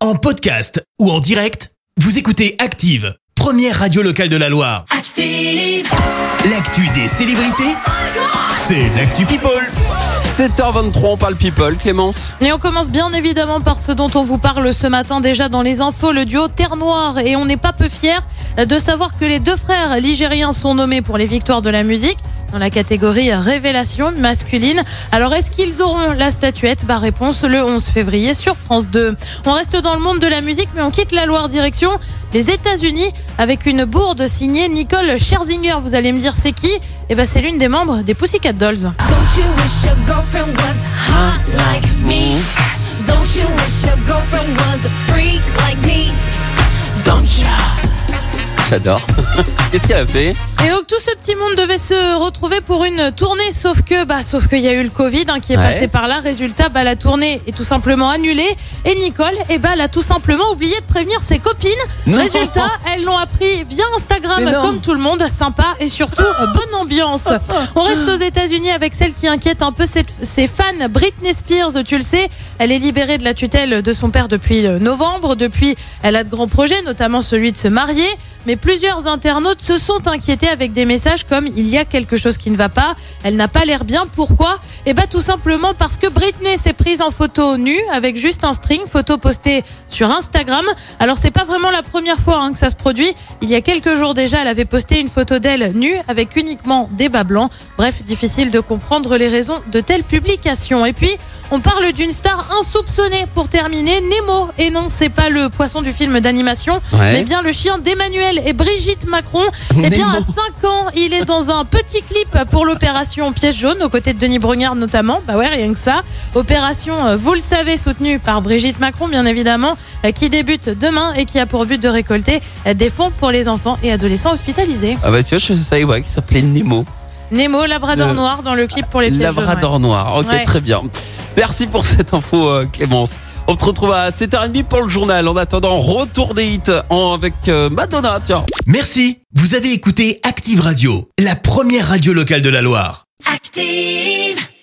En podcast ou en direct, vous écoutez Active, première radio locale de la Loire. Active. L'actu des célébrités, c'est l'actu People. 7h23, on parle people, Clémence. Et on commence bien évidemment par ce dont on vous parle ce matin déjà dans les infos, le duo Terre Noire. Et on n'est pas peu fiers de savoir que les deux frères ligériens sont nommés pour les victoires de la musique dans la catégorie révélation masculine. Alors est-ce qu'ils auront la statuette ? Réponse le 11 février sur France 2. On reste dans le monde de la musique, mais on quitte la Loire direction les États-Unis avec une bourde signée Nicole Scherzinger. Vous allez me dire c'est qui ? C'est l'une des membres des Pussycat Dolls. Don't you wish your girlfriend was hot like me? Don't you wish your girlfriend was a freak like me? Don't you? J'adore. Qu'est-ce qu'elle a fait ? Et donc tout ce petit monde devait se retrouver pour une tournée, sauf qu'il y a eu le Covid qui est passé par là. Résultat, la tournée est tout simplement annulée. Et Nicole, elle a tout simplement oublié de prévenir ses copines. Non. Résultat, elles l'ont appris via Instagram comme tout le monde, sympa et surtout bonne ambiance. On reste aux États-Unis avec celle qui inquiète un peu ses fans, Britney Spears. Tu le sais, elle est libérée de la tutelle de son père depuis novembre. Depuis, elle a de grands projets, notamment celui de se marier. Mais plusieurs internautes se sont inquiétés avec des messages comme « il y a quelque chose qui ne va pas, elle n'a pas l'air bien ». Pourquoi ? Tout simplement parce que Britney s'est prise en photo nue avec juste un string, photo postée sur Instagram. Alors c'est pas vraiment la première fois que ça se produit. Il y a quelques jours déjà, elle avait posté une photo d'elle nue avec uniquement des bas blancs. Bref, difficile de comprendre les raisons de telles publications. Et puis, on parle d'une star insoupçonnée pour terminer, Nemo. Et non, c'est pas le poisson du film d'animation, mais bien le chien d'Emmanuel et Brigitte Macron. À 5 ans, il est dans un petit clip pour l'opération Pièce jaune, aux côtés de Denis Brognard notamment. Rien que ça. Opération, vous le savez, soutenue par Brigitte Macron, bien évidemment, qui débute demain et qui a pour but de récolter des fonds pour les enfants et adolescents hospitalisés. Tu vois, je savais qu'il s'appelait Nemo. Nemo, Labrador noir dans le clip pour les pièces jaunes. Labrador noir, ok, très bien. Merci pour cette info, Clémence. On se retrouve à 7h30 pour le journal. En attendant, retour des hits avec Madonna. Tiens. Merci, vous avez écouté Active Radio, la première radio locale de la Loire. Active.